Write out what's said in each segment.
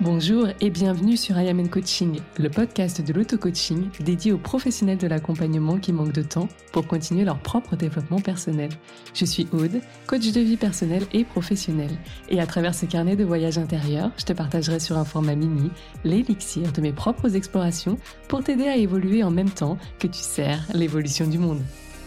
Bonjour et bienvenue sur I Am Coaching, le podcast de l'auto-coaching dédié aux professionnels de l'accompagnement qui manquent de temps pour continuer leur propre développement personnel. Je suis Aude, coach de vie personnelle et professionnelle. Et à travers ce carnet de voyage intérieur, je te partagerai sur un format mini l'élixir de mes propres explorations pour t'aider à évoluer en même temps que tu sers l'évolution du monde.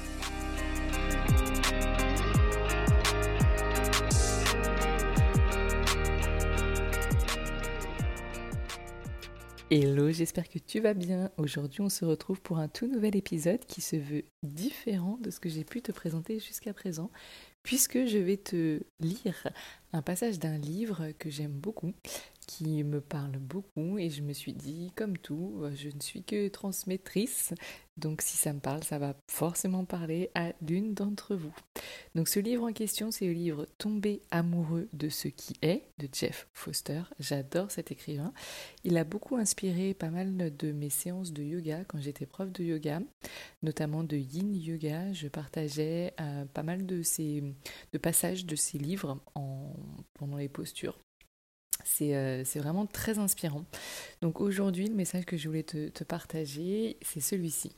Hello, j'espère que tu vas bien. Aujourd'hui, on se retrouve pour un tout nouvel épisode qui se veut différent de ce que j'ai pu te présenter jusqu'à présent, puisque je vais te lire un passage d'un livre que j'aime beaucoup, qui me parle beaucoup, et je me suis dit, comme tout, je ne suis que transmettrice, donc si ça me parle, ça va forcément parler à l'une d'entre vous. Donc ce livre en question, c'est le livre « Tomber amoureux de ce qui est » de Jeff Foster. J'adore cet écrivain. Il a beaucoup inspiré pas mal de mes séances de yoga quand j'étais prof de yoga, notamment de Yin Yoga. Je partageais pas mal de passages de ses livres pendant les postures. C'est vraiment très inspirant. Donc aujourd'hui, le message que je voulais te partager, c'est celui-ci.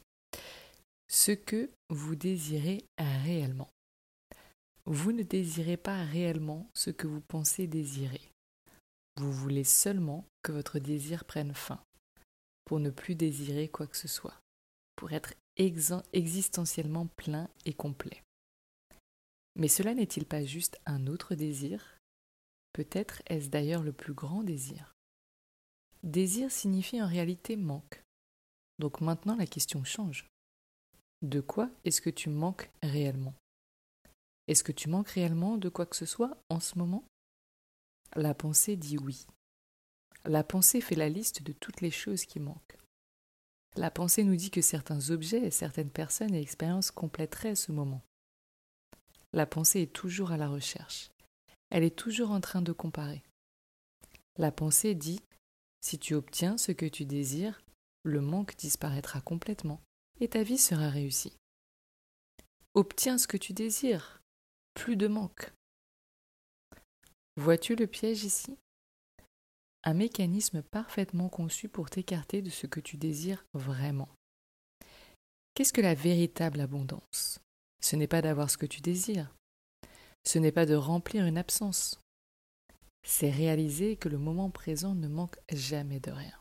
Ce que vous désirez réellement. Vous ne désirez pas réellement ce que vous pensez désirer. Vous voulez seulement que votre désir prenne fin, pour ne plus désirer quoi que ce soit, pour être existentiellement plein et complet. Mais cela n'est-il pas juste un autre désir ? Peut-être est-ce d'ailleurs le plus grand désir. Désir signifie en réalité manque. Donc maintenant la question change. De quoi est-ce que tu manques réellement ? Est-ce que tu manques réellement de quoi que ce soit en ce moment ? La pensée dit oui. La pensée fait la liste de toutes les choses qui manquent. La pensée nous dit que certains objets, certaines personnes et expériences compléteraient ce moment. La pensée est toujours à la recherche. Elle est toujours en train de comparer. La pensée dit, si tu obtiens ce que tu désires, le manque disparaîtra complètement et ta vie sera réussie. Obtiens ce que tu désires, plus de manque. Vois-tu le piège ici ? Un mécanisme parfaitement conçu pour t'écarter de ce que tu désires vraiment. Qu'est-ce que la véritable abondance ? Ce n'est pas d'avoir ce que tu désires. Ce n'est pas de remplir une absence. C'est réaliser que le moment présent ne manque jamais de rien.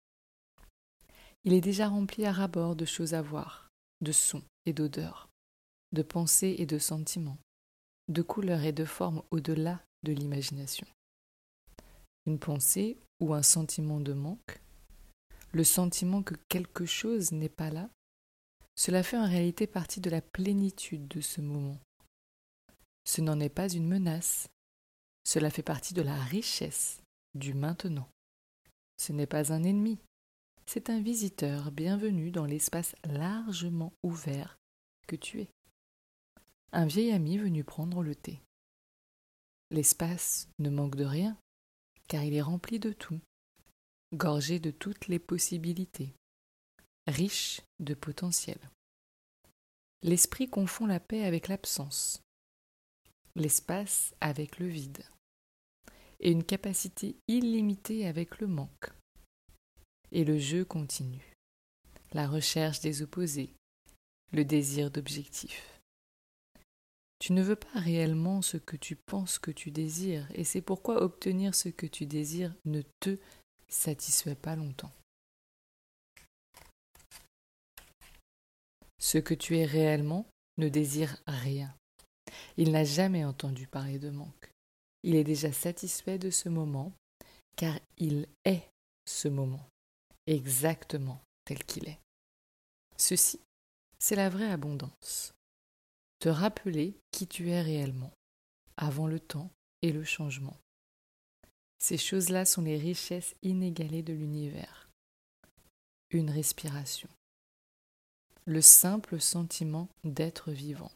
Il est déjà rempli à ras-bord de choses à voir, de sons et d'odeurs, de pensées et de sentiments, de couleurs et de formes au-delà de l'imagination. Une pensée ou un sentiment de manque, le sentiment que quelque chose n'est pas là, cela fait en réalité partie de la plénitude de ce moment. Ce n'en est pas une menace, cela fait partie de la richesse du maintenant. Ce n'est pas un ennemi, c'est un visiteur bienvenu dans l'espace largement ouvert que tu es. Un vieil ami venu prendre le thé. L'espace ne manque de rien, car il est rempli de tout, gorgé de toutes les possibilités, riche de potentiel. L'esprit confond la paix avec l'absence, l'espace avec le vide, et une capacité illimitée avec le manque. Et le jeu continue, la recherche des opposés, le désir d'objectifs. Tu ne veux pas réellement ce que tu penses que tu désires, et c'est pourquoi obtenir ce que tu désires ne te satisfait pas longtemps. Ce que tu es réellement ne désire rien. Il n'a jamais entendu parler de manque. Il est déjà satisfait de ce moment, car il est ce moment, exactement tel qu'il est. Ceci, c'est la vraie abondance. Te rappeler qui tu es réellement, avant le temps et le changement. Ces choses-là sont les richesses inégalées de l'univers. Une respiration. Le simple sentiment d'être vivant.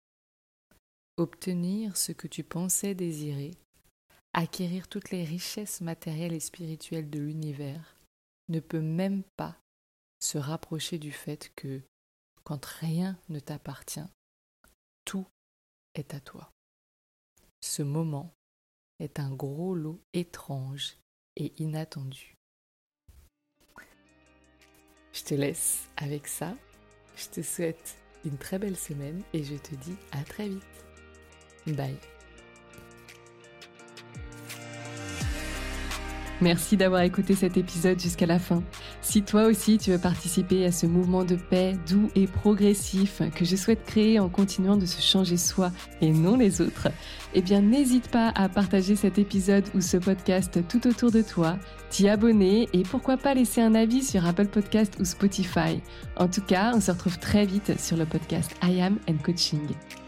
Obtenir ce que tu pensais désirer, acquérir toutes les richesses matérielles et spirituelles de l'univers, ne peut même pas se rapprocher du fait que, quand rien ne t'appartient, tout est à toi. Ce moment est un gros lot étrange et inattendu. Je te laisse avec ça. Je te souhaite une très belle semaine et je te dis à très vite. Bye. Merci d'avoir écouté cet épisode jusqu'à la fin. Si toi aussi tu veux participer à ce mouvement de paix doux et progressif que je souhaite créer en continuant de se changer soi et non les autres, eh bien n'hésite pas à partager cet épisode ou ce podcast tout autour de toi, t'y abonner et pourquoi pas laisser un avis sur Apple Podcast ou Spotify. En tout cas, on se retrouve très vite sur le podcast I Am and Coaching.